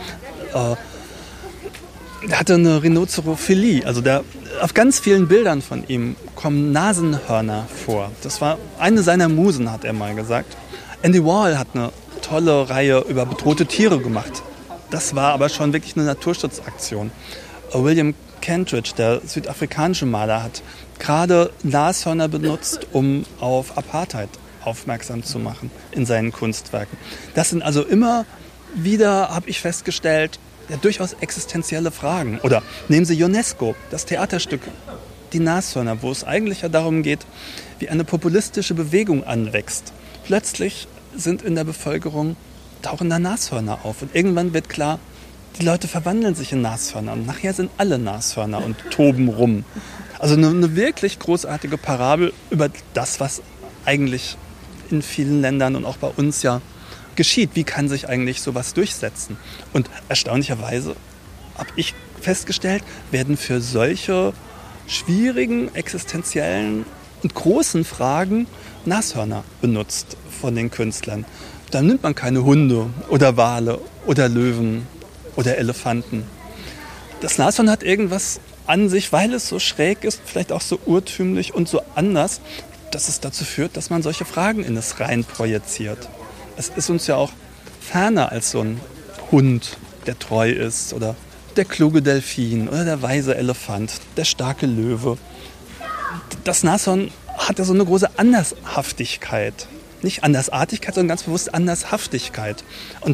Er hatte eine Rhinocerophilie. Also auf ganz vielen Bildern von ihm kommen Nasenhörner vor. Das war eine seiner Musen, hat er mal gesagt. Andy Warhol hat eine tolle Reihe über bedrohte Tiere gemacht. Das war aber schon wirklich eine Naturschutzaktion. William Kentridge, der südafrikanische Maler, hat gerade Nashörner benutzt, um auf Apartheid aufmerksam zu machen in seinen Kunstwerken. Das sind also immer wieder, habe ich festgestellt, ja, durchaus existenzielle Fragen. Oder nehmen Sie Ionesco, das Theaterstück Die Nashörner, wo es eigentlich ja darum geht, wie eine populistische Bewegung anwächst. Plötzlich sind in der Bevölkerung tauchen da Nashörner auf. Und irgendwann wird klar, die Leute verwandeln sich in Nashörner. Und nachher sind alle Nashörner und toben rum. Also eine wirklich großartige Parabel über das, was eigentlich in vielen Ländern und auch bei uns ja geschieht. Wie kann sich eigentlich sowas durchsetzen? Und erstaunlicherweise habe ich festgestellt, werden für solche schwierigen, existenziellen und großen Fragen Nashörner benutzt von den Künstlern. Da nimmt man keine Hunde oder Wale oder Löwen oder Elefanten. Das Nashorn hat irgendwas an sich, weil es so schräg ist, vielleicht auch so urtümlich und so anders, dass es dazu führt, dass man solche Fragen in es rein projiziert. Es ist uns ja auch ferner als so ein Hund, der treu ist, oder der kluge Delfin oder der weise Elefant, der starke Löwe. Das Nashorn hat ja so eine große Andershaftigkeit. Nicht Andersartigkeit, sondern ganz bewusst Andershaftigkeit. Und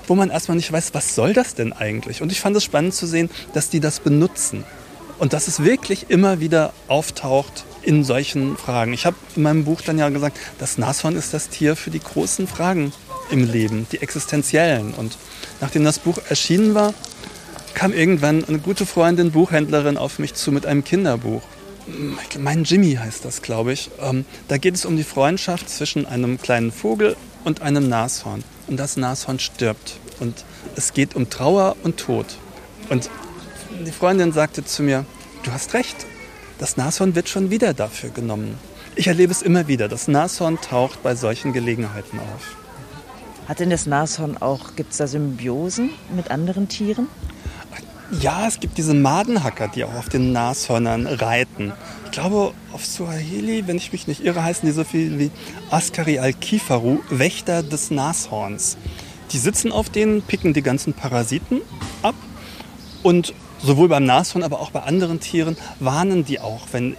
wo man erstmal nicht weiß, was soll das denn eigentlich? Und ich fand es spannend zu sehen, dass die das benutzen und dass es wirklich immer wieder auftaucht in solchen Fragen. Ich habe in meinem Buch dann ja gesagt, das Nashorn ist das Tier für die großen Fragen im Leben, die existenziellen. Und nachdem das Buch erschienen war, kam irgendwann eine gute Freundin, Buchhändlerin, auf mich zu mit einem Kinderbuch. Mein Jimmy heißt das, glaube ich. Da geht es um die Freundschaft zwischen einem kleinen Vogel und einem Nashorn. Und das Nashorn stirbt. Und es geht um Trauer und Tod. Und die Freundin sagte zu mir, du hast recht, das Nashorn wird schon wieder dafür genommen. Ich erlebe es immer wieder, das Nashorn taucht bei solchen Gelegenheiten auf. Hat denn das Nashorn auch, gibt es da Symbiosen mit anderen Tieren? Ja, es gibt diese Madenhacker, die auch auf den Nashörnern reiten. Ich glaube, auf Suaheli, wenn ich mich nicht irre, heißen die so viel wie Askari al-Kifaru, Wächter des Nashorns. Die sitzen auf denen, picken die ganzen Parasiten ab und sowohl beim Nashorn, aber auch bei anderen Tieren warnen die auch, wenn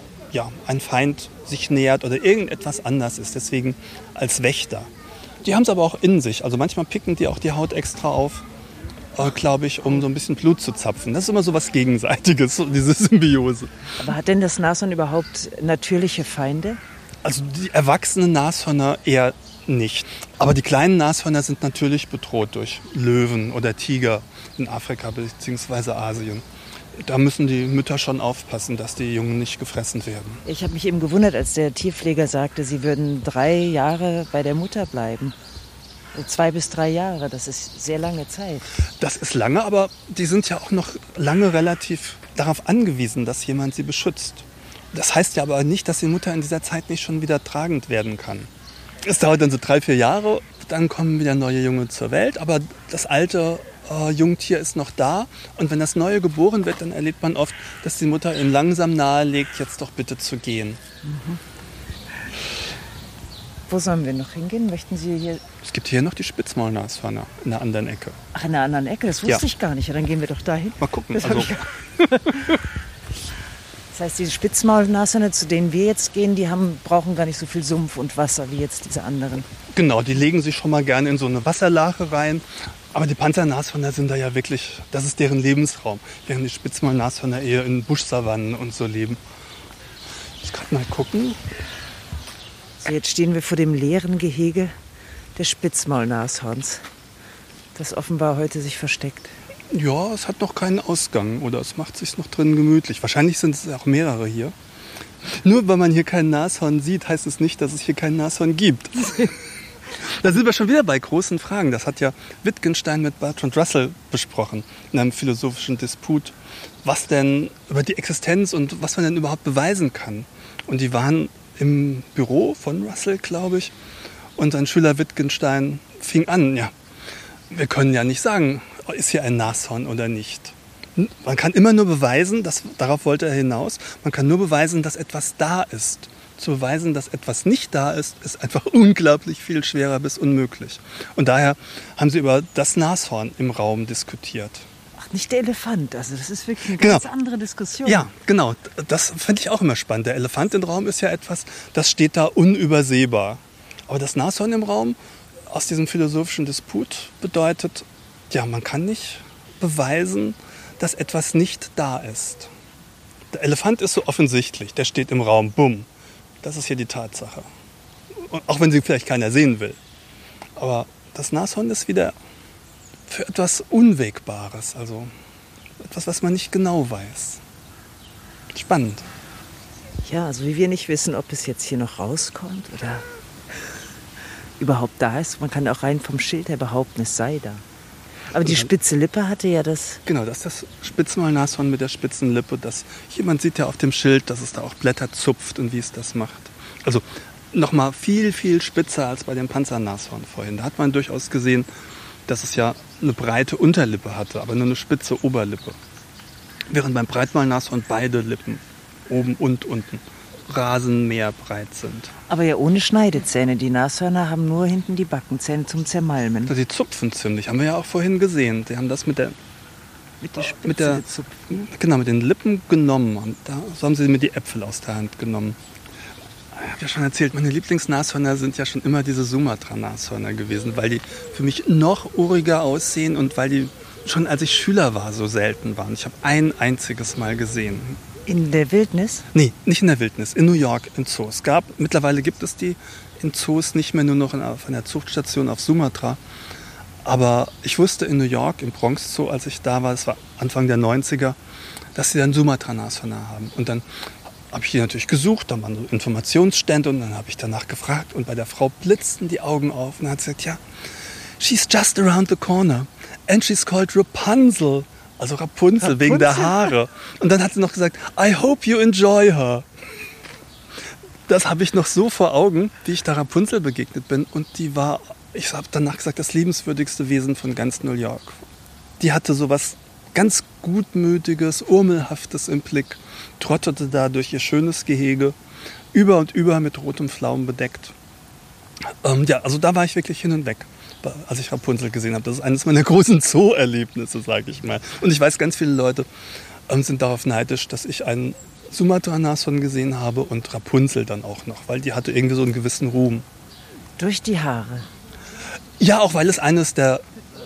ein Feind sich nähert oder irgendetwas anders ist. Deswegen als Wächter. Die haben es aber auch in sich. Also manchmal picken die auch die Haut extra auf, glaube ich, um so ein bisschen Blut zu zapfen. Das ist immer so was Gegenseitiges, so diese Symbiose. Aber hat denn das Nashorn überhaupt natürliche Feinde? Also die erwachsenen Nashörner eher nicht. Aber die kleinen Nashörner sind natürlich bedroht durch Löwen oder Tiger in Afrika bzw. Asien. Da müssen die Mütter schon aufpassen, dass die Jungen nicht gefressen werden. Ich habe mich eben gewundert, als der Tierpfleger sagte, sie würden 3 Jahre bei der Mutter bleiben. 2 bis 3 Jahre, das ist sehr lange Zeit. Das ist lange, aber die sind ja auch noch lange relativ darauf angewiesen, dass jemand sie beschützt. Das heißt ja aber nicht, dass die Mutter in dieser Zeit nicht schon wieder tragend werden kann. Es dauert dann so 3, 4 Jahre, dann kommen wieder neue Junge zur Welt, aber das alte Jungtier ist noch da. Und wenn das Neue geboren wird, dann erlebt man oft, dass die Mutter ihm langsam nahelegt, jetzt doch bitte zu gehen. Mhm. Wo sollen wir noch hingehen? Möchten Sie hier? Es gibt hier noch die Spitzmaulnashörner in der anderen Ecke. Ach, in der anderen Ecke? Das wusste ich gar nicht. Ja, dann gehen wir doch dahin. Mal gucken. Das heißt, diese Spitzmaulnashörner, zu denen wir jetzt gehen, die brauchen gar nicht so viel Sumpf und Wasser wie jetzt diese anderen. Genau, die legen sich schon mal gerne in so eine Wasserlache rein. Aber die Panzernashörner sind da ja wirklich, das ist deren Lebensraum. Während die Spitzmaulnashörner eher in Buschsavannen und so leben. Ich muss gerade mal gucken. So, jetzt stehen wir vor dem leeren Gehege des Spitzmaulnashorns, das offenbar heute sich versteckt. Ja, es hat noch keinen Ausgang oder es macht sich noch drin gemütlich. Wahrscheinlich sind es auch mehrere hier. Nur weil man hier kein Nashorn sieht, heißt es nicht, dass es hier kein Nashorn gibt. Da sind wir schon wieder bei großen Fragen. Das hat ja Wittgenstein mit Bertrand Russell besprochen in einem philosophischen Disput. Was denn über die Existenz und was man denn überhaupt beweisen kann. Und die waren im Büro von Russell, glaube ich. Und sein Schüler Wittgenstein fing an, ja, wir können ja nicht sagen, ist hier ein Nashorn oder nicht. Man kann immer nur beweisen, darauf wollte er hinaus, man kann nur beweisen, dass etwas da ist. Zu beweisen, dass etwas nicht da ist, ist einfach unglaublich viel schwerer bis unmöglich. Und daher haben sie über das Nashorn im Raum diskutiert. Ach, nicht der Elefant, also das ist wirklich eine ganz andere Diskussion. Ja, genau, das finde ich auch immer spannend. Der Elefant im Raum ist ja etwas, das steht da unübersehbar. Aber das Nashorn im Raum aus diesem philosophischen Disput bedeutet, ja, man kann nicht beweisen, dass etwas nicht da ist. Der Elefant ist so offensichtlich, der steht im Raum, bumm. Das ist hier die Tatsache. Auch wenn sie vielleicht keiner sehen will. Aber das Nashorn ist wieder für etwas Unwägbares, also etwas, was man nicht genau weiß. Spannend. Ja, also wie wir nicht wissen, ob es jetzt hier noch rauskommt oder überhaupt da ist. Man kann auch rein vom Schild her behaupten, es sei da. Aber die spitze Lippe hatte ja das... Genau, das ist das Spitzmaulnashorn mit der spitzen Lippe. Man sieht ja auf dem Schild, dass es da auch Blätter zupft und wie es das macht. Also nochmal viel, viel spitzer als bei dem Panzernashorn vorhin. Da hat man durchaus gesehen, dass es ja eine breite Unterlippe hatte, aber nur eine spitze Oberlippe. Während beim Breitmaulnashorn beide Lippen, oben und unten, rasenmeerbreit sind. Aber ja ohne Schneidezähne. Die Nashörner haben nur hinten die Backenzähne zum Zermalmen. Die zupfen ziemlich, haben wir ja auch vorhin gesehen. Die haben das mit der Spitze gezupft. Genau, mit den Lippen genommen. Und so haben sie mir die Äpfel aus der Hand genommen. habe ja schon erzählt, meine Lieblingsnashörner sind ja schon immer diese Sumatra-Nashörner gewesen, weil die für mich noch uriger aussehen und weil die schon als ich Schüler war so selten waren. Ich habe ein einziges Mal gesehen. In der Wildnis? Nee, nicht in der Wildnis, in New York im Zoo. Mittlerweile gibt es die in Zoos, nicht mehr nur noch auf einer Zuchtstation auf Sumatra. Aber ich wusste in New York, im Bronx Zoo, als ich da war, das war Anfang der 90er, dass sie dann Sumatra-Nashörner haben. Und dann habe ich die natürlich gesucht, da waren so Informationsstände und dann habe ich danach gefragt und bei der Frau blitzten die Augen auf und hat gesagt, ja, she's just around the corner and she's called Rapunzel, also Rapunzel wegen der Haare. Und dann hat sie noch gesagt, I hope you enjoy her. Das habe ich noch so vor Augen, wie ich da Rapunzel begegnet bin und die war, ich habe danach gesagt, das liebenswürdigste Wesen von ganz New York. Die hatte sowas ganz Gutmütiges, Urmelhaftes im Blick, trottete da durch ihr schönes Gehege, über und über mit rotem Pflaumen bedeckt. Ja, also da war ich wirklich hin und weg, als ich Rapunzel gesehen habe. Das ist eines meiner großen Zoo-Erlebnisse, sage ich mal. Und ich weiß, ganz viele Leute sind darauf neidisch, dass ich einen Sumatra-Nashorn gesehen habe und Rapunzel dann auch noch, weil die hatte irgendwie so einen gewissen Ruhm. Durch die Haare? Ja, auch weil es eines der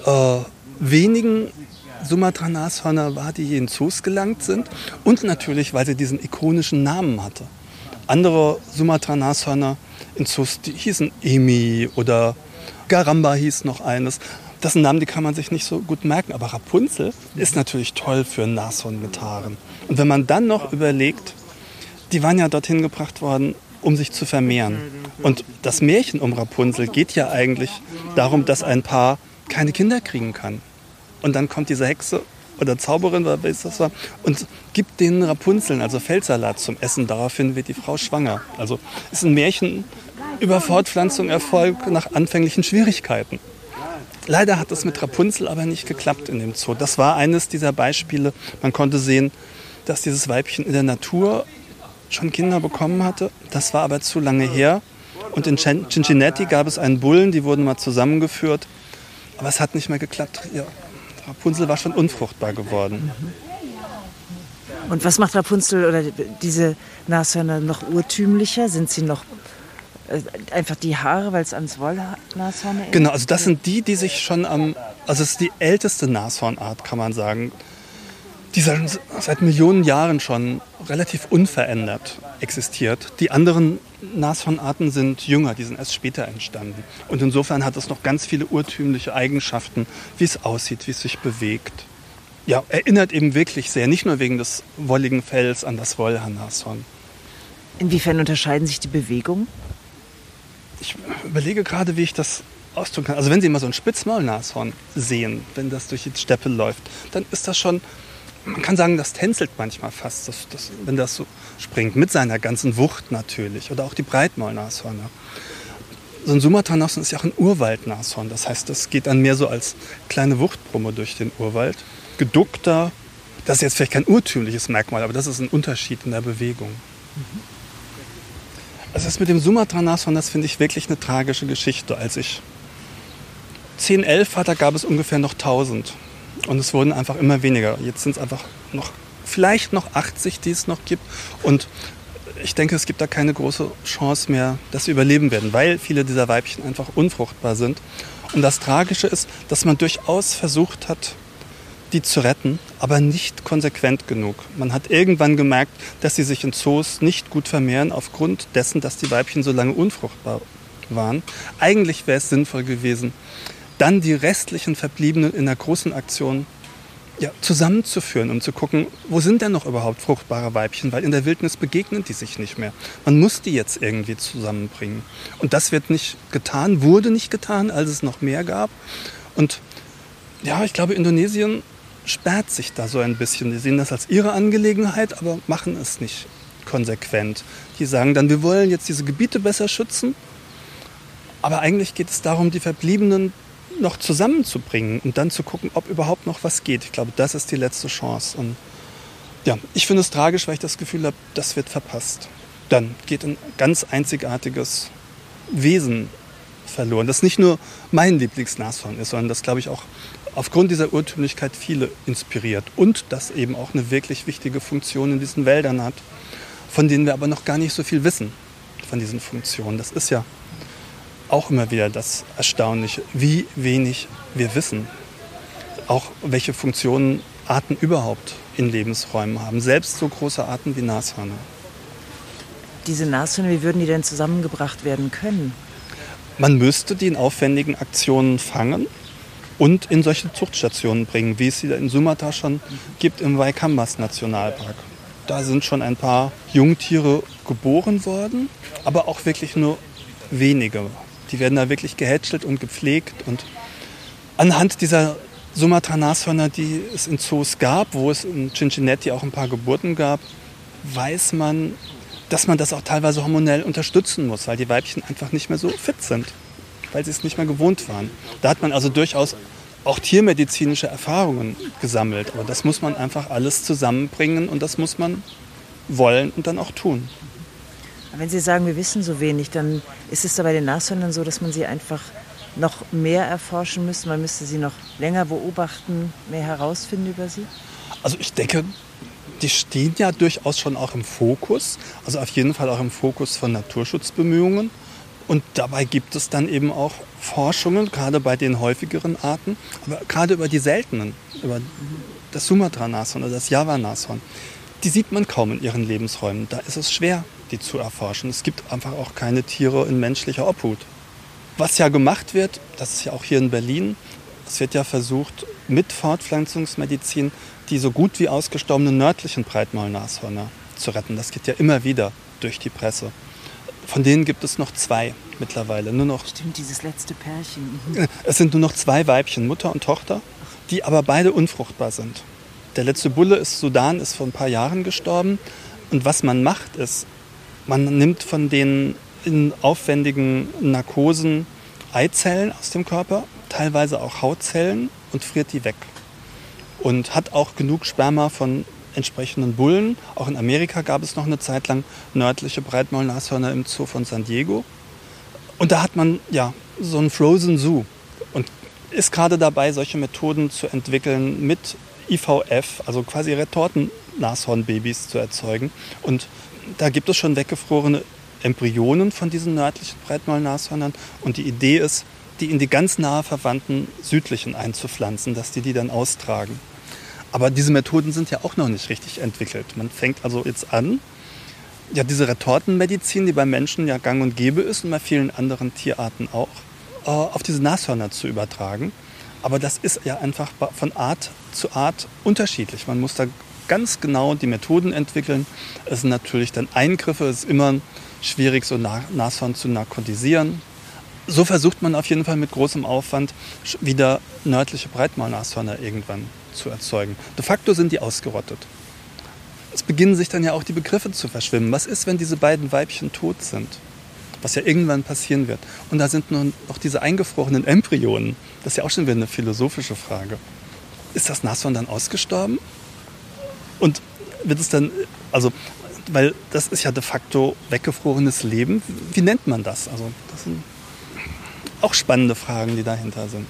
wenigen Sumatra-Nashörner war, die hier in Zoos gelangt sind. Und natürlich, weil sie diesen ikonischen Namen hatte. Andere Sumatra-Nashörner in Zoos, die hießen Emi oder Garamba hieß noch eines. Das sind Namen, die kann man sich nicht so gut merken. Aber Rapunzel ist natürlich toll für ein Nashorn mit Haaren. Und wenn man dann noch überlegt, die waren ja dorthin gebracht worden, um sich zu vermehren. Und das Märchen um Rapunzel geht ja eigentlich darum, dass ein Paar keine Kinder kriegen kann. Und dann kommt diese Hexe oder Zauberin, oder was das war, und gibt denen Rapunzeln, also Feldsalat zum Essen. Daraufhin wird die Frau schwanger. Also ist ein Märchen über Fortpflanzung, Erfolg nach anfänglichen Schwierigkeiten. Leider hat es mit Rapunzel aber nicht geklappt in dem Zoo. Das war eines dieser Beispiele. Man konnte sehen, dass dieses Weibchen in der Natur schon Kinder bekommen hatte. Das war aber zu lange her. Und in Cincinnati gab es einen Bullen, die wurden mal zusammengeführt. Aber es hat nicht mehr geklappt. Ja, Rapunzel war schon unfruchtbar geworden. Und was macht Rapunzel oder diese Nashörner noch urtümlicher? Sind sie noch einfach die Haare, weil es ans Wollnashorn erinnert? Genau, also das sind die sich schon also es ist die älteste Nashornart, kann man sagen, die seit Millionen Jahren schon relativ unverändert existiert. Die anderen Nashornarten sind jünger, die sind erst später entstanden. Und insofern hat es noch ganz viele urtümliche Eigenschaften, wie es aussieht, wie es sich bewegt. Ja, erinnert eben wirklich sehr, nicht nur wegen des wolligen Fells an das Wollnashorn. Inwiefern unterscheiden sich die Bewegungen? Ich überlege gerade, wie ich das ausdrücken kann. Also wenn Sie mal so ein Spitzmaulnashorn sehen, wenn das durch die Steppe läuft, dann ist das schon, man kann sagen, das tänzelt manchmal fast, wenn das so springt, mit seiner ganzen Wucht natürlich. Oder auch die Breitmaulnashörner. So ein Sumatra-Nashorn ist ja auch ein Urwaldnashorn. Das heißt, das geht dann mehr so als kleine Wuchtbrumme durch den Urwald. Geduckter, das ist jetzt vielleicht kein urtümliches Merkmal, aber das ist ein Unterschied in der Bewegung. Also das mit dem Sumatra-Nashorn, das finde ich wirklich eine tragische Geschichte. Als ich 10, 11 war, da gab es ungefähr noch 1000. Und es wurden einfach immer weniger. Jetzt sind es einfach vielleicht noch 80, die es noch gibt. Und ich denke, es gibt da keine große Chance mehr, dass sie überleben werden, weil viele dieser Weibchen einfach unfruchtbar sind. Und das Tragische ist, dass man durchaus versucht hat, die zu retten, aber nicht konsequent genug. Man hat irgendwann gemerkt, dass sie sich in Zoos nicht gut vermehren, aufgrund dessen, dass die Weibchen so lange unfruchtbar waren. Eigentlich wäre es sinnvoll gewesen, dann die restlichen Verbliebenen in einer großen Aktion zusammenzuführen, um zu gucken, wo sind denn noch überhaupt fruchtbare Weibchen, weil in der Wildnis begegnen die sich nicht mehr. Man muss die jetzt irgendwie zusammenbringen. Und das wird nicht getan, wurde nicht getan, als es noch mehr gab. Und ja, ich glaube, Indonesien sperrt sich da so ein bisschen. Die sehen das als ihre Angelegenheit, aber machen es nicht konsequent. Die sagen dann, wir wollen jetzt diese Gebiete besser schützen, aber eigentlich geht es darum, die Verbliebenen noch zusammenzubringen und dann zu gucken, ob überhaupt noch was geht. Ich glaube, das ist die letzte Chance. Und ja, ich finde es tragisch, weil ich das Gefühl habe, das wird verpasst. Dann geht ein ganz einzigartiges Wesen verloren, das nicht nur mein Lieblingsnashorn ist, sondern das, glaube ich, auch aufgrund dieser Urtümlichkeit viele inspiriert und das eben auch eine wirklich wichtige Funktion in diesen Wäldern hat, von denen wir aber noch gar nicht so viel wissen. von diesen Funktionen. Das ist ja auch immer wieder das Erstaunliche, wie wenig wir wissen. Auch welche Funktionen Arten überhaupt in Lebensräumen haben. Selbst so große Arten wie Nashörner. Diese Nashörner, wie würden die denn zusammengebracht werden können? Man müsste die in aufwendigen Aktionen fangen und in solche Zuchtstationen bringen, wie es sie in Sumatra schon gibt im Waikambas Nationalpark. Da sind schon ein paar Jungtiere geboren worden, aber auch wirklich nur wenige. Die werden da wirklich gehätschelt und gepflegt. Und anhand dieser Sumatra-Nashörner, die es in Zoos gab, wo es in Cincinnati auch ein paar Geburten gab, weiß man, dass man das auch teilweise hormonell unterstützen muss, weil die Weibchen einfach nicht mehr so fit sind, weil sie es nicht mehr gewohnt waren. Da hat man also durchaus auch tiermedizinische Erfahrungen gesammelt. Aber das muss man einfach alles zusammenbringen und das muss man wollen und dann auch tun. Wenn Sie sagen, wir wissen so wenig, dann ist es da bei den Nashörnern so, dass man sie einfach noch mehr erforschen müsste? Man müsste sie noch länger beobachten, mehr herausfinden über sie? Also ich denke, die stehen ja durchaus schon auch im Fokus, also auf jeden Fall auch im Fokus von Naturschutzbemühungen. Und dabei gibt es dann eben auch Forschungen, gerade bei den häufigeren Arten, aber gerade über die seltenen, über das Sumatra-Nashorn oder das Java-Nashorn. Die sieht man kaum in ihren Lebensräumen. Da ist es schwer, die zu erforschen. Es gibt einfach auch keine Tiere in menschlicher Obhut. Was ja gemacht wird, das ist ja auch hier in Berlin, es wird ja versucht, mit Fortpflanzungsmedizin die so gut wie ausgestorbenen nördlichen Breitmaulnashörner zu retten. Das geht ja immer wieder durch die Presse. Von denen gibt es noch 2 mittlerweile. Nur noch, stimmt, dieses letzte Pärchen. Es sind nur noch 2 Weibchen, Mutter und Tochter, die aber beide unfruchtbar sind. Der letzte Bulle ist Sudan, ist vor ein paar Jahren gestorben. Und was man macht, ist, man nimmt von denen in aufwendigen Narkosen Eizellen aus dem Körper, teilweise auch Hautzellen und friert die weg. Und hat auch genug Sperma von entsprechenden Bullen. Auch in Amerika gab es noch eine Zeit lang nördliche Breitmaulnashörner im Zoo von San Diego. Und da hat man ja so ein Frozen Zoo und ist gerade dabei, solche Methoden zu entwickeln mit IVF, also quasi Retorten-Nashornbabys zu erzeugen. Und da gibt es schon weggefrorene Embryonen von diesen nördlichen Breitmaulnashörnern. Und die Idee ist, die in die ganz nahe verwandten südlichen einzupflanzen, dass die dann austragen. Aber diese Methoden sind ja auch noch nicht richtig entwickelt. Man fängt also jetzt an, ja, diese Retortenmedizin, die beim Menschen ja gang und gäbe ist und bei vielen anderen Tierarten auch, auf diese Nashörner zu übertragen. Aber das ist ja einfach von Art zu Art unterschiedlich. Man muss da ganz genau die Methoden entwickeln. Es sind natürlich dann Eingriffe, es ist immer schwierig, so Nashorn zu narkotisieren. So versucht man auf jeden Fall mit großem Aufwand wieder nördliche Breitmaulnashörner irgendwann zu erzeugen. De facto sind die ausgerottet. Es beginnen sich dann ja auch die Begriffe zu verschwimmen. Was ist, wenn diese beiden Weibchen tot sind? Was ja irgendwann passieren wird. Und da sind nun noch diese eingefrorenen Embryonen. Das ist ja auch schon wieder eine philosophische Frage. Ist das Nashorn dann ausgestorben? Und wird es dann, also, weil das ist ja de facto weggefrorenes Leben. Wie nennt man das? Also, das sind auch spannende Fragen, die dahinter sind.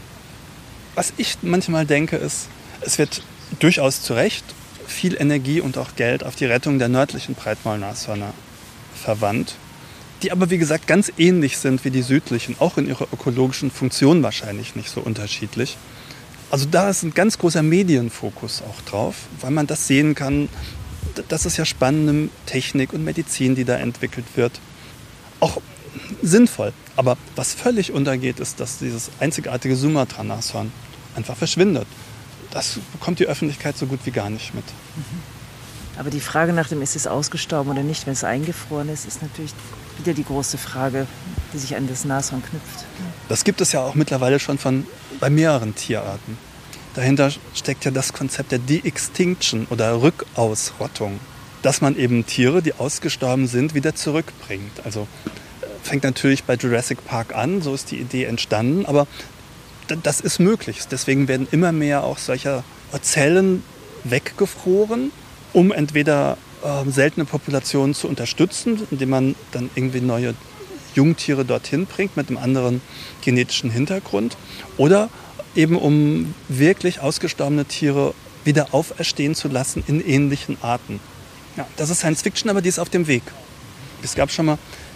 Was ich manchmal denke, ist, es wird durchaus zu Recht viel Energie und auch Geld auf die Rettung der nördlichen Breitmaulnashörner verwandt, die aber, wie gesagt, ganz ähnlich sind wie die südlichen, auch in ihrer ökologischen Funktion wahrscheinlich nicht so unterschiedlich. Also da ist ein ganz großer Medienfokus auch drauf, weil man das sehen kann, das ist ja spannende Technik und Medizin, die da entwickelt wird. Auch sinnvoll. Aber was völlig untergeht, ist, dass dieses einzigartige Sumatra-Nashorn einfach verschwindet. Das bekommt die Öffentlichkeit so gut wie gar nicht mit. Aber die Frage nach dem, ist es ausgestorben oder nicht, wenn es eingefroren ist, ist natürlich wieder die große Frage, die sich an das Nashorn knüpft. Das gibt es ja auch mittlerweile schon bei mehreren Tierarten. Dahinter steckt ja das Konzept der De-Extinction oder Rückausrottung. Dass man eben Tiere, die ausgestorben sind, wieder zurückbringt. Also fängt natürlich bei Jurassic Park an, so ist die Idee entstanden, aber das ist möglich. Deswegen werden immer mehr auch solcher Zellen weggefroren, um entweder seltene Populationen zu unterstützen, indem man dann irgendwie neue Jungtiere dorthin bringt mit einem anderen genetischen Hintergrund, oder eben um wirklich ausgestorbene Tiere wieder auferstehen zu lassen in ähnlichen Arten. Ja, das ist Science Fiction, aber die ist auf dem Weg. Es gab schon mal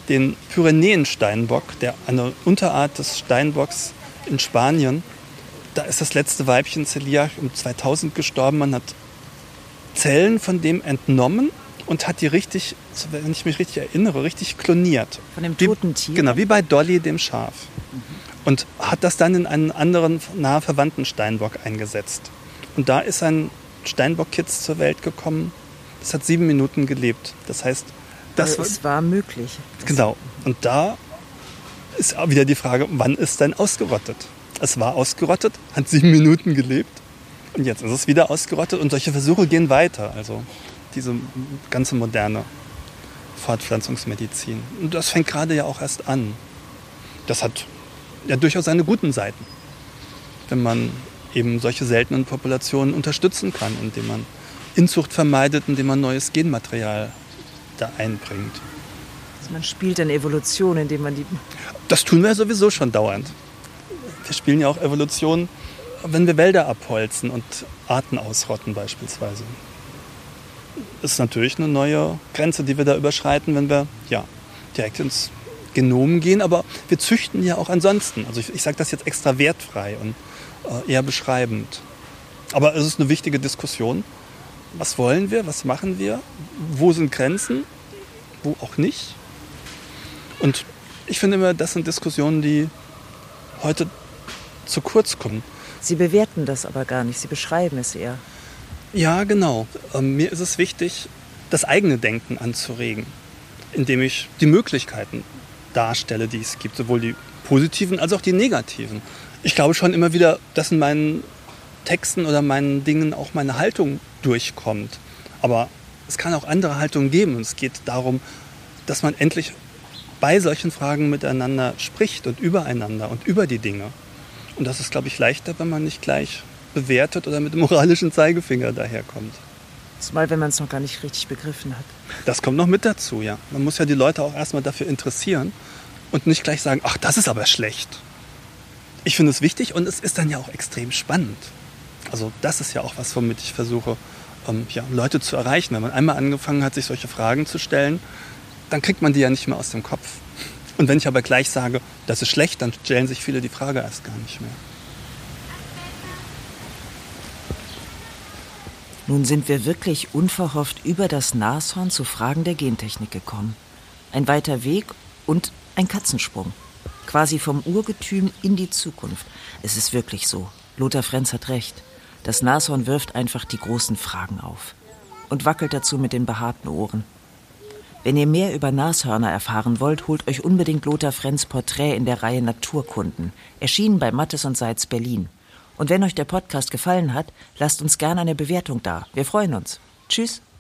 den Pyrenäensteinbock, eine Unterart des Steinbocks in Spanien. Da ist das letzte Weibchen Celia um 2000 gestorben. Man hat Zellen von dem entnommen und hat die richtig, wenn ich mich richtig erinnere, richtig kloniert. Von dem toten Tier? Genau, wie bei Dolly, dem Schaf. Und hat das dann in einen anderen nahe verwandten Steinbock eingesetzt. Und da ist ein Steinbock-Kitz zur Welt gekommen. Das hat 7 Minuten gelebt. Das heißt, es war möglich. Genau. Und da ist auch wieder die Frage, wann ist denn ausgerottet? Es war ausgerottet, hat 7 Minuten gelebt und jetzt ist es wieder ausgerottet und solche Versuche gehen weiter. Also diese ganze moderne Fortpflanzungsmedizin. Und das fängt gerade ja auch erst an. Das hat ja durchaus seine guten Seiten, wenn man eben solche seltenen Populationen unterstützen kann, indem man Inzucht vermeidet, indem man neues Genmaterial da einbringt. Also man spielt in Evolution, indem man die... Das tun wir sowieso schon dauernd. Wir spielen ja auch Evolution, wenn wir Wälder abholzen und Arten ausrotten beispielsweise. Das ist natürlich eine neue Grenze, die wir da überschreiten, wenn wir direkt ins Genom gehen. Aber wir züchten ja auch ansonsten. Also ich sage das jetzt extra wertfrei und eher beschreibend. Aber es ist eine wichtige Diskussion. Was wollen wir? Was machen wir? Wo sind Grenzen? Wo auch nicht? Und ich finde immer, das sind Diskussionen, die heute zu kurz kommen. Sie bewerten das aber gar nicht, Sie beschreiben es eher. Ja, genau. Mir ist es wichtig, das eigene Denken anzuregen, indem ich die Möglichkeiten darstelle, die es gibt, sowohl die positiven als auch die negativen. Ich glaube schon immer wieder, dass in meinen Texten oder meinen Dingen auch meine Haltung durchkommt. Aber es kann auch andere Haltungen geben und es geht darum, dass man endlich bei solchen Fragen miteinander spricht und übereinander und über die Dinge. Und das ist, glaube ich, leichter, wenn man nicht gleich bewertet oder mit dem moralischen Zeigefinger daherkommt. Zumal, wenn man es noch gar nicht richtig begriffen hat. Das kommt noch mit dazu, ja. Man muss ja die Leute auch erstmal dafür interessieren und nicht gleich sagen, ach, das ist aber schlecht. Ich finde es wichtig und es ist dann ja auch extrem spannend. Also das ist ja auch was, womit ich versuche, Leute zu erreichen. Wenn man einmal angefangen hat, sich solche Fragen zu stellen, dann kriegt man die ja nicht mehr aus dem Kopf. Und wenn ich aber gleich sage, das ist schlecht, dann stellen sich viele die Frage erst gar nicht mehr. Nun sind wir wirklich unverhofft über das Nashorn zu Fragen der Gentechnik gekommen. Ein weiter Weg und ein Katzensprung. Quasi vom Urgetüm in die Zukunft. Es ist wirklich so. Lothar Frenz hat recht. Das Nashorn wirft einfach die großen Fragen auf. Und wackelt dazu mit den behaarten Ohren. Wenn ihr mehr über Nashörner erfahren wollt, holt euch unbedingt Lothar Frenz Porträt in der Reihe Naturkunden. Erschienen bei Mattes und Seitz Berlin. Und wenn euch der Podcast gefallen hat, lasst uns gerne eine Bewertung da. Wir freuen uns. Tschüss.